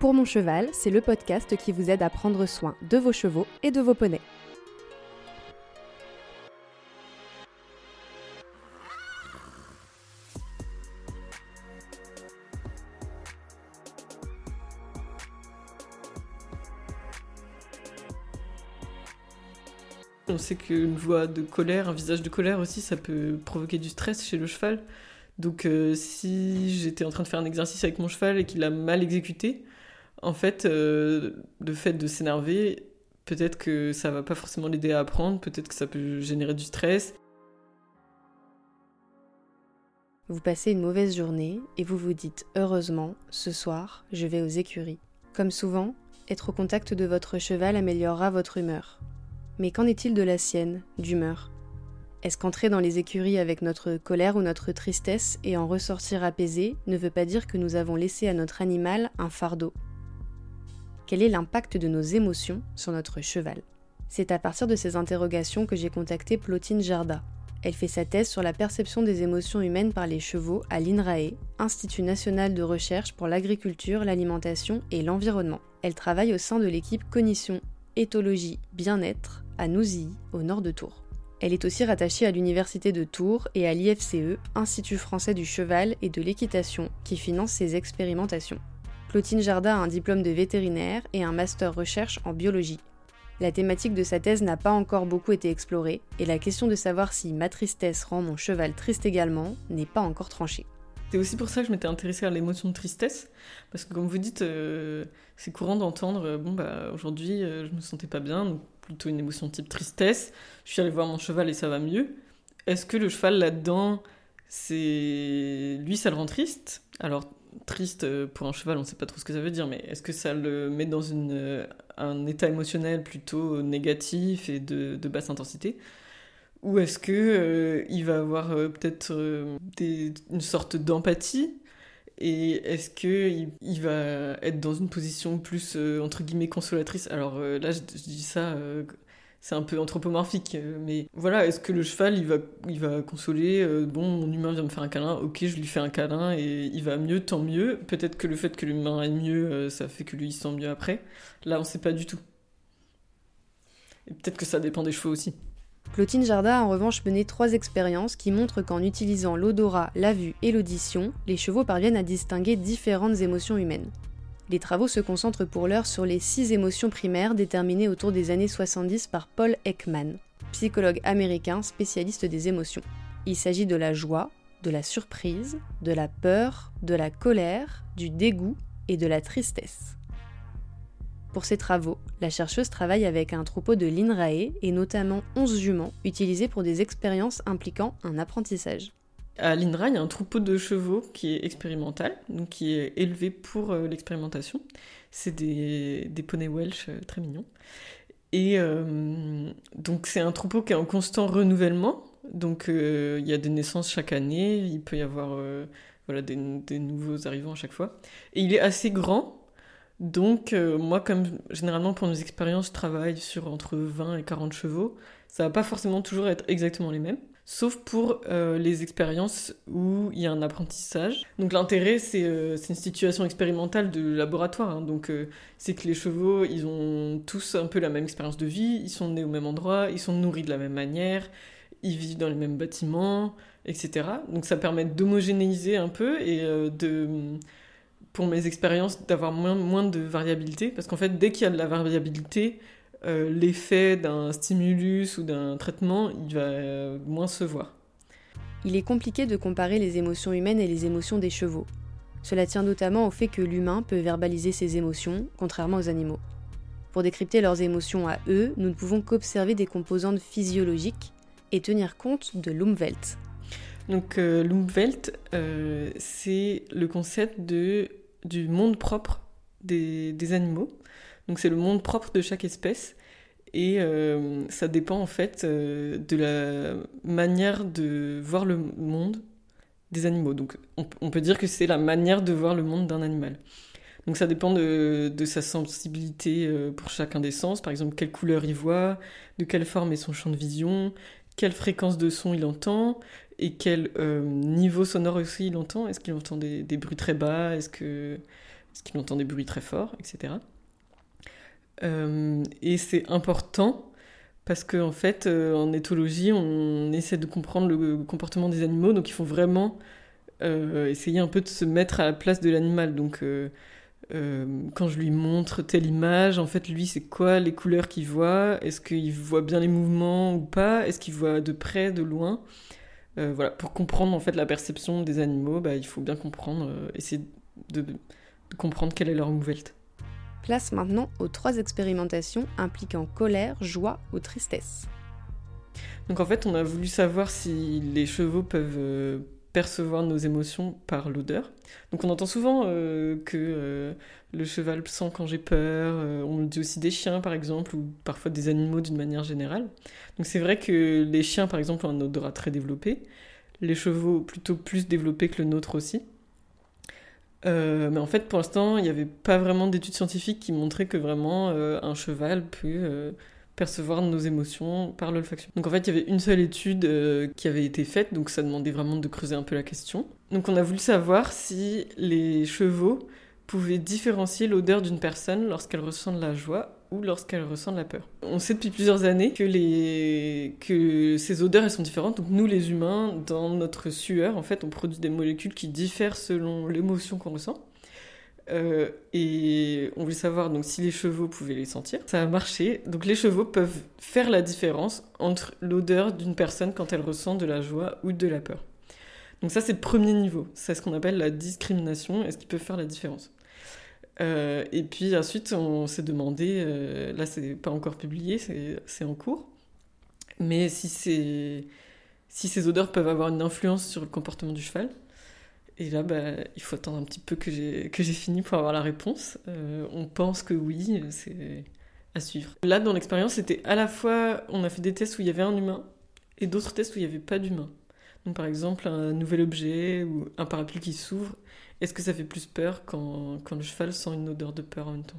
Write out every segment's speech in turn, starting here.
Pour mon cheval, c'est le podcast qui vous aide à prendre soin de vos chevaux et de vos poneys. On sait qu'une voix de colère, un visage de colère aussi, ça peut provoquer du stress chez le cheval. Donc si j'étais en train de faire un exercice avec mon cheval et qu'il a mal exécuté, en fait, le fait de s'énerver, peut-être que ça va pas forcément l'aider à apprendre, peut-être que ça peut générer du stress. Vous passez une mauvaise journée et vous vous dites « Heureusement, ce soir, je vais aux écuries ». Comme souvent, être au contact de votre cheval améliorera votre humeur. Mais qu'en est-il de la sienne, d'humeur ? Est-ce qu'entrer dans les écuries avec notre colère ou notre tristesse et en ressortir apaisé ne veut pas dire que nous avons laissé à notre animal un fardeau ? Quel est l'impact de nos émotions sur notre cheval ? C'est à partir de ces interrogations que j'ai contacté Plotine Jarda. Elle fait sa thèse sur la perception des émotions humaines par les chevaux à l'INRAE, Institut national de recherche pour l'agriculture, l'alimentation et l'environnement. Elle travaille au sein de l'équipe Cognition, Éthologie, Bien-être à Nouzilly, au nord de Tours. Elle est aussi rattachée à l'Université de Tours et à l'IFCE, Institut français du cheval et de l'équitation, qui finance ses expérimentations. Plotine Jarda a un diplôme de vétérinaire et un master recherche en biologie. La thématique de sa thèse n'a pas encore beaucoup été explorée, et la question de savoir si ma tristesse rend mon cheval triste également n'est pas encore tranchée. C'est aussi pour ça que je m'étais intéressée à l'émotion de tristesse, parce que comme vous dites, c'est courant d'entendre aujourd'hui je me sentais pas bien, donc plutôt une émotion type tristesse, je suis allée voir mon cheval et ça va mieux. Est-ce que le cheval là-dedans, lui ça le rend triste ? Alors triste pour un cheval, on ne sait pas trop ce que ça veut dire, mais est-ce que ça le met dans un état émotionnel plutôt négatif et de basse intensité ? Ou est-ce que il va avoir peut-être une sorte d'empathie ? Et est-ce qu'il va être dans une position plus, entre guillemets, consolatrice ? Alors là, je dis ça, c'est un peu anthropomorphique, mais voilà, est-ce que le cheval, il va consoler, mon humain vient me faire un câlin, ok, je lui fais un câlin et il va mieux, tant mieux. Peut-être que le fait que l'humain aille mieux, ça fait que lui, il se sent mieux après. Là, on ne sait pas du tout. Et peut-être que ça dépend des chevaux aussi. Plotine Jarda a en revanche mené 3 expériences qui montrent qu'en utilisant l'odorat, la vue et l'audition, les chevaux parviennent à distinguer différentes émotions humaines. Les travaux se concentrent pour l'heure sur les 6 émotions primaires déterminées autour des années 70 par Paul Ekman, psychologue américain spécialiste des émotions. Il s'agit de la joie, de la surprise, de la peur, de la colère, du dégoût et de la tristesse. Pour ces travaux, la chercheuse travaille avec un troupeau de l'INRAE et notamment 11 juments utilisés pour des expériences impliquant un apprentissage. À l'INRA, il y a un troupeau de chevaux qui est expérimental, donc qui est élevé pour l'expérimentation. C'est des poneys Welsh très mignons. Et donc c'est un troupeau qui est en constant renouvellement. Donc il y a des naissances chaque année, il peut y avoir des nouveaux arrivants à chaque fois. Et il est assez grand. Donc moi, comme généralement pour nos expériences, je travaille sur entre 20 et 40 chevaux, ça va pas forcément toujours être exactement les mêmes, sauf pour les expériences où il y a un apprentissage. Donc l'intérêt, c'est une situation expérimentale de laboratoire, hein. Donc c'est que les chevaux, ils ont tous un peu la même expérience de vie, ils sont nés au même endroit, ils sont nourris de la même manière, ils vivent dans les mêmes bâtiments, etc. Donc ça permet d'homogénéiser un peu et pour mes expériences, d'avoir moins de variabilité, parce qu'en fait, dès qu'il y a de la variabilité, l'effet d'un stimulus ou d'un traitement, il va moins se voir. Il est compliqué de comparer les émotions humaines et les émotions des chevaux. Cela tient notamment au fait que l'humain peut verbaliser ses émotions, contrairement aux animaux. Pour décrypter leurs émotions à eux, nous ne pouvons qu'observer des composantes physiologiques et tenir compte de l'Umwelt. Donc l'Umwelt, c'est le concept du monde propre des animaux. Donc c'est le monde propre de chaque espèce et ça dépend en fait de la manière de voir le monde des animaux. Donc on peut dire que c'est la manière de voir le monde d'un animal. Donc ça dépend de sa sensibilité pour chacun des sens. Par exemple, quelle couleur il voit, de quelle forme est son champ de vision, quelle fréquence de son il entend et quel niveau sonore aussi il entend. Est-ce qu'il entend des bruits très bas ? Est-ce que est-ce qu'il entend des bruits très forts, etc. Et c'est important parce qu'en fait, en éthologie, on essaie de comprendre le comportement des animaux, donc il faut vraiment essayer un peu de se mettre à la place de l'animal. Donc quand je lui montre telle image, en fait, lui, c'est quoi les couleurs qu'il voit? Est-ce qu'il voit bien les mouvements ou pas? Est-ce qu'il voit de près, de loin? Voilà, pour comprendre en fait la perception des animaux, il faut bien comprendre, essayer de comprendre quelle est leur nouvelle. Place maintenant aux 3 expérimentations impliquant colère, joie ou tristesse. Donc en fait, on a voulu savoir si les chevaux peuvent percevoir nos émotions par l'odeur. Donc on entend souvent que le cheval sent quand j'ai peur, on dit aussi des chiens par exemple, ou parfois des animaux d'une manière générale. Donc c'est vrai que les chiens par exemple ont un odorat très développé, les chevaux plutôt plus développés que le nôtre aussi. Mais en fait, pour l'instant, il n'y avait pas vraiment d'études scientifiques qui montraient que vraiment un cheval peut percevoir nos émotions par l'olfaction. Donc en fait, il y avait une seule étude qui avait été faite, donc ça demandait vraiment de creuser un peu la question. Donc on a voulu savoir si les chevaux pouvaient différencier l'odeur d'une personne lorsqu'elle ressent de la joie ou lorsqu'elle ressent de la peur. On sait depuis plusieurs années que ces odeurs elles sont différentes. Donc nous les humains, dans notre sueur, en fait, on produit des molécules qui diffèrent selon l'émotion qu'on ressent. Et on voulait savoir donc si les chevaux pouvaient les sentir. Ça a marché. Donc les chevaux peuvent faire la différence entre l'odeur d'une personne quand elle ressent de la joie ou de la peur. Donc ça c'est le premier niveau. C'est ce qu'on appelle la discrimination. Est-ce qu'ils peuvent faire la différence ? Et puis ensuite on s'est demandé, là c'est pas encore publié, c'est en cours, mais si ces odeurs peuvent avoir une influence sur le comportement du cheval. Et là il faut attendre un petit peu que j'ai fini pour avoir la réponse. On pense que oui, c'est à suivre. Là dans l'expérience c'était à la fois, on a fait des tests où il y avait un humain et d'autres tests où il n'y avait pas d'humain. Donc par exemple un nouvel objet ou un parapluie qui s'ouvre. Est-ce que ça fait plus peur quand le cheval sent une odeur de peur en même temps ?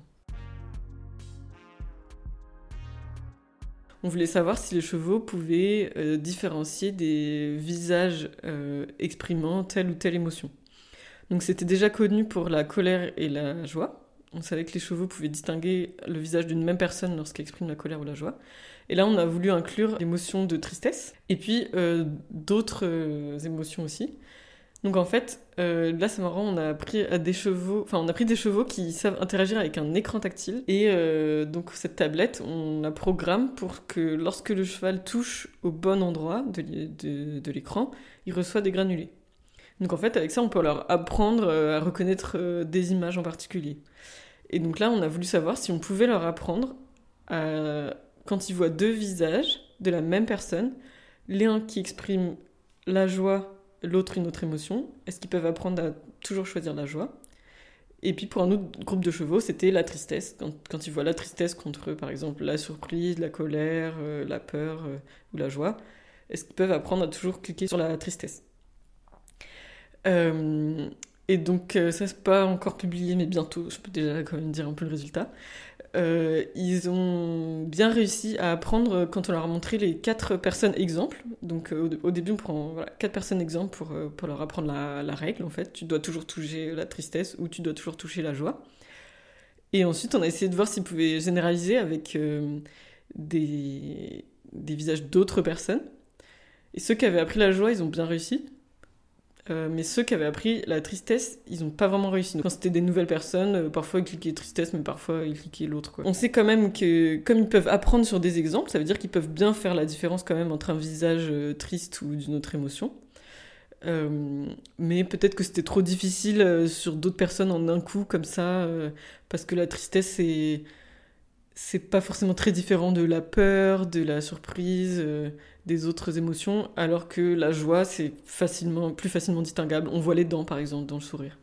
On voulait savoir si les chevaux pouvaient différencier des visages exprimant telle ou telle émotion. Donc c'était déjà connu pour la colère et la joie. On savait que les chevaux pouvaient distinguer le visage d'une même personne lorsqu'elle exprime la colère ou la joie. Et là, on a voulu inclure l'émotion de tristesse et puis d'autres émotions aussi. Donc en fait, là c'est marrant, on a pris des chevaux qui savent interagir avec un écran tactile. Et donc cette tablette, on la programme pour que lorsque le cheval touche au bon endroit de l'écran, il reçoit des granulés. Donc en fait, avec ça, on peut leur apprendre à reconnaître des images en particulier. Et donc là, on a voulu savoir si on pouvait leur apprendre quand ils voient 2 visages de la même personne, l'un qui exprime la joie, l'autre une autre émotion, est-ce qu'ils peuvent apprendre à toujours choisir la joie ? Et puis pour un autre groupe de chevaux, c'était la tristesse. Quand ils voient la tristesse contre, par exemple, la surprise, la colère, la peur ou la joie, est-ce qu'ils peuvent apprendre à toujours cliquer sur la tristesse ? Et donc ça c'est pas encore publié, mais bientôt, je peux déjà quand même dire un peu le résultat. Ils ont bien réussi à apprendre quand on leur a montré les 4 personnes exemples. Donc au début on prend 4 personnes exemples pour leur apprendre la règle en fait. Tu dois toujours toucher la tristesse ou tu dois toujours toucher la joie. Et ensuite on a essayé de voir s'ils pouvaient généraliser avec des visages d'autres personnes. Et ceux qui avaient appris la joie, ils ont bien réussi. Mais ceux qui avaient appris la tristesse, ils n'ont pas vraiment réussi. Donc, quand c'était des nouvelles personnes, parfois ils cliquaient tristesse, mais parfois ils cliquaient l'autre, quoi. On sait quand même que, comme ils peuvent apprendre sur des exemples, ça veut dire qu'ils peuvent bien faire la différence quand même entre un visage triste ou d'une autre émotion. Mais peut-être que c'était trop difficile sur d'autres personnes en un coup, comme ça, parce que la tristesse, c'est pas forcément très différent de la peur, de la surprise, des autres émotions, alors que la joie, c'est plus facilement distinguable. On voit les dents, par exemple, dans le sourire.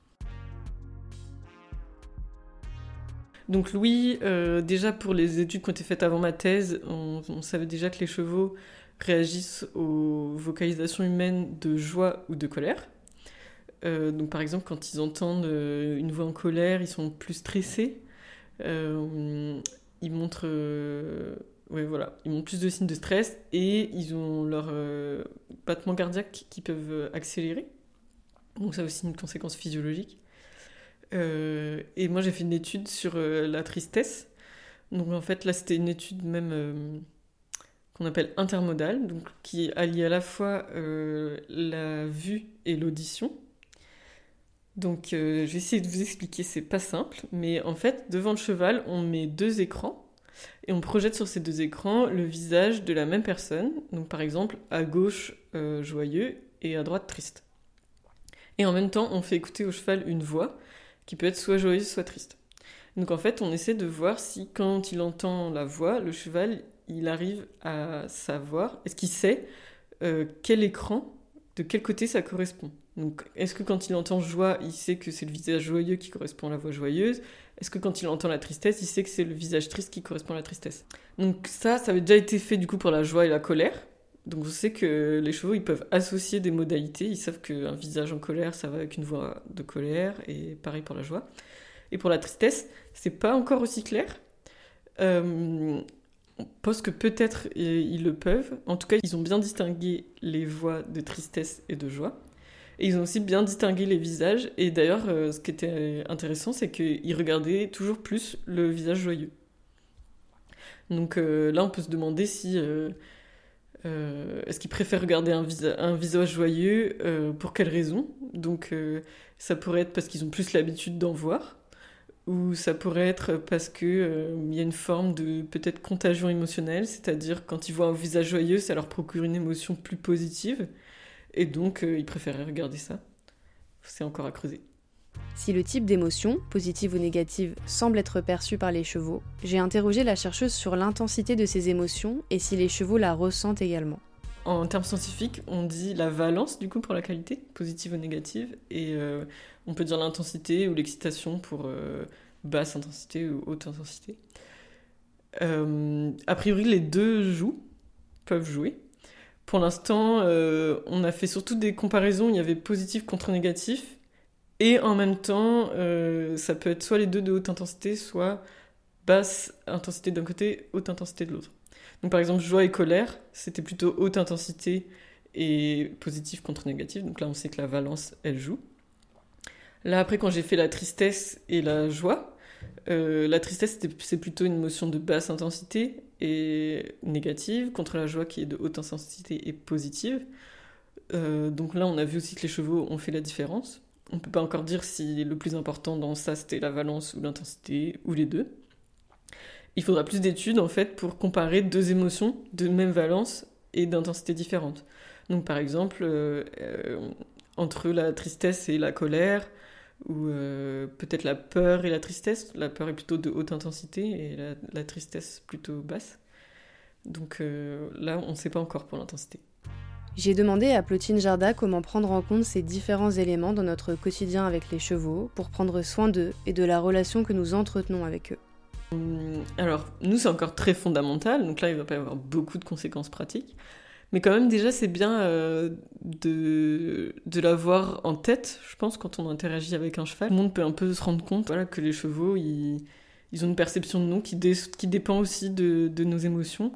Donc Louis, déjà pour les études qui ont été faites avant ma thèse, on savait déjà que les chevaux réagissent aux vocalisations humaines de joie ou de colère. Donc par exemple, quand ils entendent une voix en colère, ils sont plus stressés. Ils montrent plus de signes de stress et ils ont leur battement cardiaque qui peuvent accélérer. Donc ça a aussi une conséquence physiologique. Et moi, j'ai fait une étude sur la tristesse. Donc en fait, là, c'était une étude même qu'on appelle intermodale, donc qui allie à la fois la vue et l'audition. Donc je vais essayer de vous expliquer, c'est pas simple, mais en fait, devant le cheval, on met 2 écrans et on projette sur ces 2 écrans le visage de la même personne. Donc par exemple, à gauche, joyeux et à droite, triste. Et en même temps, on fait écouter au cheval une voix qui peut être soit joyeuse, soit triste. Donc en fait, on essaie de voir si quand il entend la voix, le cheval, il arrive à savoir, est-ce qu'il sait quel écran, de quel côté ça correspond. Donc est-ce que quand il entend joie, il sait que c'est le visage joyeux qui correspond à la voix joyeuse? Est-ce que quand il entend la tristesse, il sait que c'est le visage triste qui correspond à la tristesse? Donc ça avait déjà été fait du coup pour la joie et la colère. Donc on sait que les chevaux, ils peuvent associer des modalités. Ils savent qu'un visage en colère, ça va avec une voix de colère, et pareil pour la joie. Et pour la tristesse, c'est pas encore aussi clair. On pense que peut-être ils le peuvent. En tout cas, ils ont bien distingué les voix de tristesse et de joie. Et ils ont aussi bien distingué les visages. Et d'ailleurs, ce qui était intéressant, c'est qu'ils regardaient toujours plus le visage joyeux. Donc là, on peut se demander si... est-ce qu'ils préfèrent regarder un visage joyeux, pour quelle raison? Donc ça pourrait être parce qu'ils ont plus l'habitude d'en voir, ou ça pourrait être parce que y a une forme de peut-être contagion émotionnelle, c'est-à-dire quand ils voient un visage joyeux, ça leur procure une émotion plus positive, et donc ils préféraient regarder ça. C'est encore à creuser. Si le type d'émotion, positive ou négative, semble être perçu par les chevaux, j'ai interrogé la chercheuse sur l'intensité de ces émotions et si les chevaux la ressentent également. En termes scientifiques, on dit la valence du coup pour la qualité, positive ou négative, et on peut dire l'intensité ou l'excitation pour basse intensité ou haute intensité. A priori, les deux peuvent jouer. Pour l'instant, on a fait surtout des comparaisons, il y avait positif contre négatif, et en même temps, ça peut être soit les deux de haute intensité, soit basse intensité d'un côté, haute intensité de l'autre. Donc par exemple, joie et colère, c'était plutôt haute intensité et positif contre négatif. Donc là, on sait que la valence, elle joue. Là, après, quand j'ai fait la tristesse et la joie, la tristesse, c'est plutôt une émotion de basse intensité et négative, contre la joie qui est de haute intensité et positive. Donc là, on a vu aussi que les chevaux ont fait la différence. On ne peut pas encore dire si le plus important dans ça, c'était la valence ou l'intensité, ou les deux. Il faudra plus d'études en fait pour comparer deux émotions de même valence et d'intensité différente. Donc par exemple, entre la tristesse et la colère, ou peut-être la peur et la tristesse. La peur est plutôt de haute intensité et la tristesse plutôt basse. Donc là, on ne sait pas encore pour l'intensité. J'ai demandé à Plotine Jarda comment prendre en compte ces différents éléments dans notre quotidien avec les chevaux pour prendre soin d'eux et de la relation que nous entretenons avec eux. Alors, nous, c'est encore très fondamental, donc là, il ne va pas y avoir beaucoup de conséquences pratiques. Mais quand même, déjà, c'est bien de l'avoir en tête, je pense, quand on interagit avec un cheval. Tout le monde peut un peu se rendre compte que les chevaux, ils ont une perception de nous qui dépend aussi de nos émotions.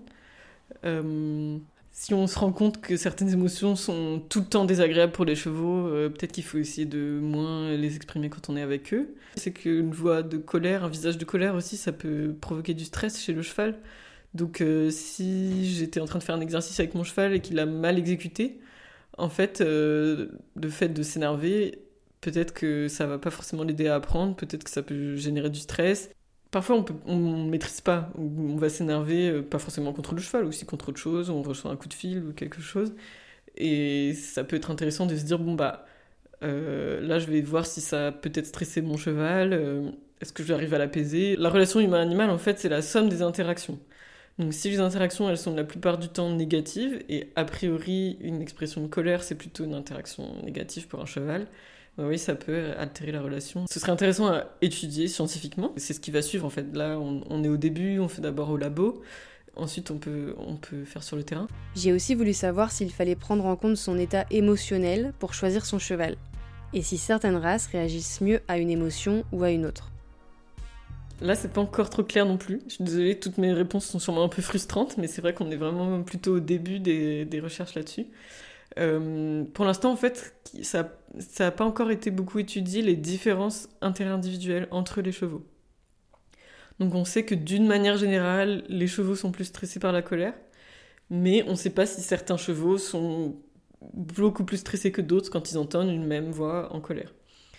Si on se rend compte que certaines émotions sont tout le temps désagréables pour les chevaux, peut-être qu'il faut essayer de moins les exprimer quand on est avec eux. C'est qu'une voix de colère, un visage de colère aussi, ça peut provoquer du stress chez le cheval. Donc si j'étais en train de faire un exercice avec mon cheval et qu'il a mal exécuté, en fait, le fait de s'énerver, peut-être que ça va pas forcément l'aider à apprendre, peut-être que ça peut générer du stress. Parfois, on maîtrise pas, on va s'énerver, pas forcément contre le cheval, aussi contre autre chose, on reçoit un coup de fil ou quelque chose. Et ça peut être intéressant de se dire, là, je vais voir si ça a peut-être stressé mon cheval, est-ce que je vais arriver à l'apaiser? La relation humain-animal, en fait, c'est la somme des interactions. Donc si les interactions, elles sont la plupart du temps négatives, et a priori, une expression de colère, c'est plutôt une interaction négative pour un cheval, oui, ça peut altérer la relation. Ce serait intéressant à étudier scientifiquement. C'est ce qui va suivre, en fait. Là, on est au début, on fait d'abord au labo. Ensuite, on peut faire sur le terrain. J'ai aussi voulu savoir s'il fallait prendre en compte son état émotionnel pour choisir son cheval, et si certaines races réagissent mieux à une émotion ou à une autre. Là, c'est pas encore trop clair non plus. Je suis désolée, toutes mes réponses sont sûrement un peu frustrantes, mais c'est vrai qu'on est vraiment plutôt au début des recherches là-dessus. Pour l'instant, en fait, ça n'a pas encore été beaucoup étudié, les différences interindividuelles entre les chevaux. Donc on sait que d'une manière générale, les chevaux sont plus stressés par la colère, mais on ne sait pas si certains chevaux sont beaucoup plus stressés que d'autres quand ils entendent une même voix en colère.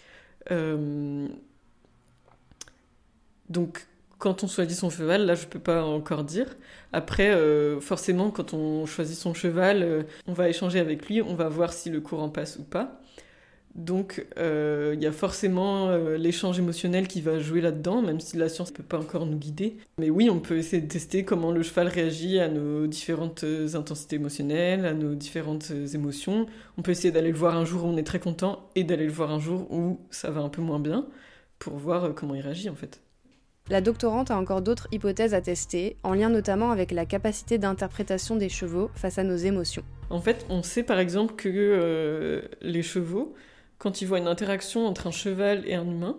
Donc quand on choisit son cheval, là je peux pas encore dire. Après, forcément, quand on choisit son cheval, on va échanger avec lui, on va voir si le courant passe ou pas. Donc il y a forcément l'échange émotionnel qui va jouer là-dedans, même si la science ne peut pas encore nous guider. Mais oui, on peut essayer de tester comment le cheval réagit à nos différentes intensités émotionnelles, à nos différentes émotions. On peut essayer d'aller le voir un jour où on est très content et d'aller le voir un jour où ça va un peu moins bien pour voir comment il réagit en fait. La doctorante a encore d'autres hypothèses à tester, en lien notamment avec la capacité d'interprétation des chevaux face à nos émotions. En fait, on sait par exemple que les chevaux, quand ils voient une interaction entre un cheval et un humain,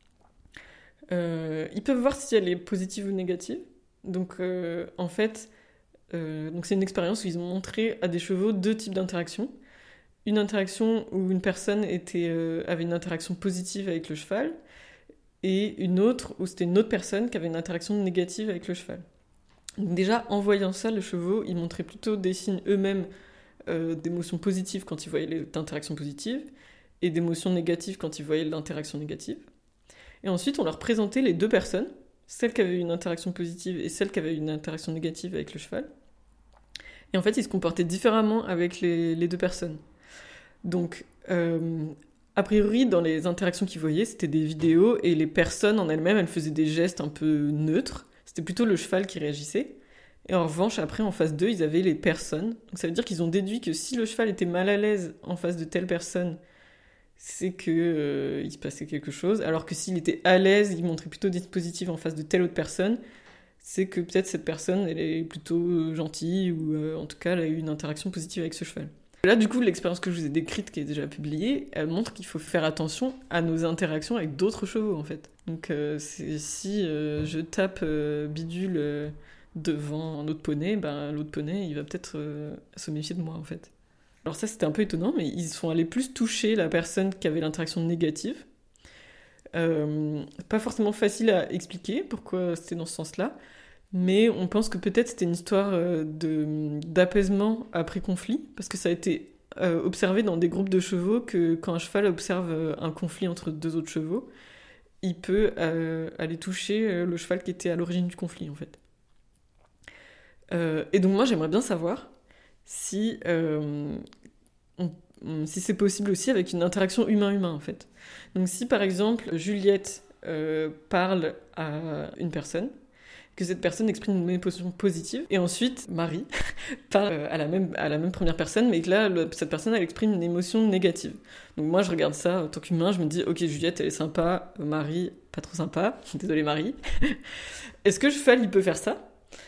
ils peuvent voir si elle est positive ou négative. Donc en fait, c'est une expérience où ils ont montré à des chevaux 2 types d'interactions. Une interaction où une personne avait une interaction positive avec le cheval, et une autre où c'était une autre personne qui avait une interaction négative avec le cheval. Donc déjà, en voyant ça, les chevaux, ils montraient plutôt des signes eux-mêmes d'émotions positives quand ils voyaient l'interaction positive, et d'émotions négatives quand ils voyaient l'interaction négative. Et ensuite, on leur présentait les 2 personnes, celle qui avait une interaction positive et celle qui avait une interaction négative avec le cheval. Et en fait, ils se comportaient différemment avec les 2 personnes. Donc, a priori, dans les interactions qu'ils voyaient, c'était des vidéos et les personnes en elles-mêmes, elles faisaient des gestes un peu neutres. C'était plutôt le cheval qui réagissait. Et en revanche, après, en face d'eux, ils avaient les personnes. Donc ça veut dire qu'ils ont déduit que si le cheval était mal à l'aise en face de telle personne, c'est que il se passait quelque chose. Alors que s'il était à l'aise, il montrait plutôt des dispositifs en face de telle autre personne, c'est que peut-être cette personne, elle est plutôt gentille ou en tout cas, elle a eu une interaction positive avec ce cheval. Là, du coup, l'expérience que je vous ai décrite, qui est déjà publiée, elle montre qu'il faut faire attention à nos interactions avec d'autres chevaux, en fait. Donc, si je tape bidule devant un autre poney, l'autre poney, il va peut-être se méfier de moi, en fait. Alors ça, c'était un peu étonnant, mais ils sont allés plus toucher la personne qui avait l'interaction négative. Pas forcément facile à expliquer pourquoi c'était dans ce sens-là, mais on pense que peut-être c'était une histoire d'apaisement après conflit, parce que ça a été observé dans des groupes de chevaux que quand un cheval observe un conflit entre 2 autres chevaux, il peut aller toucher le cheval qui était à l'origine du conflit, en fait. Et donc moi, j'aimerais bien savoir si c'est possible aussi avec une interaction humain-humain, en fait. Donc si, par exemple, Juliette parle à une personne, que cette personne exprime une émotion positive, et ensuite Marie parle à la même première personne, mais que là, cette personne, elle exprime une émotion négative. Donc moi, je regarde ça en tant qu'humain, je me dis, ok, Juliette, elle est sympa, Marie, pas trop sympa, désolée Marie. Est-ce que le cheval, il peut faire ça ?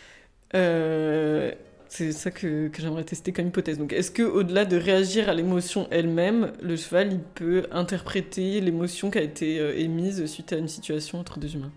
C'est ça que j'aimerais tester comme hypothèse. Donc, est-ce qu'au-delà de réagir à l'émotion elle-même, le cheval, il peut interpréter l'émotion qui a été émise suite à une situation entre 2 humains ?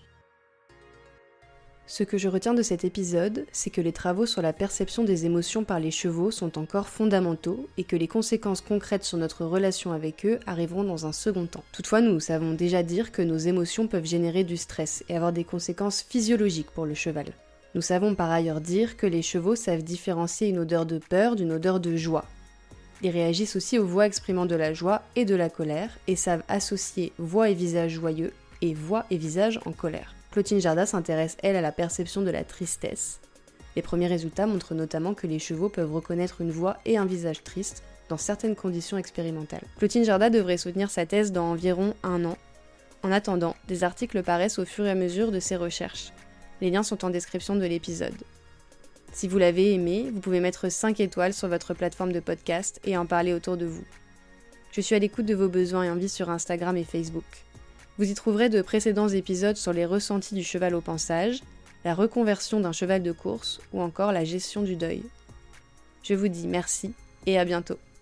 Ce que je retiens de cet épisode, c'est que les travaux sur la perception des émotions par les chevaux sont encore fondamentaux et que les conséquences concrètes sur notre relation avec eux arriveront dans un second temps. Toutefois, nous savons déjà dire que nos émotions peuvent générer du stress et avoir des conséquences physiologiques pour le cheval. Nous savons par ailleurs dire que les chevaux savent différencier une odeur de peur d'une odeur de joie. Ils réagissent aussi aux voix exprimant de la joie et de la colère et savent associer voix et visage joyeux et voix et visage en colère. Clotilde Jardat s'intéresse, elle, à la perception de la tristesse. Les premiers résultats montrent notamment que les chevaux peuvent reconnaître une voix et un visage triste dans certaines conditions expérimentales. Clotilde Jardat devrait soutenir sa thèse dans environ 1 an. En attendant, des articles paraissent au fur et à mesure de ses recherches. Les liens sont en description de l'épisode. Si vous l'avez aimé, vous pouvez mettre 5 étoiles sur votre plateforme de podcast et en parler autour de vous. Je suis à l'écoute de vos besoins et envies sur Instagram et Facebook. Vous y trouverez de précédents épisodes sur les ressentis du cheval au pansage, la reconversion d'un cheval de course ou encore la gestion du deuil. Je vous dis merci et à bientôt.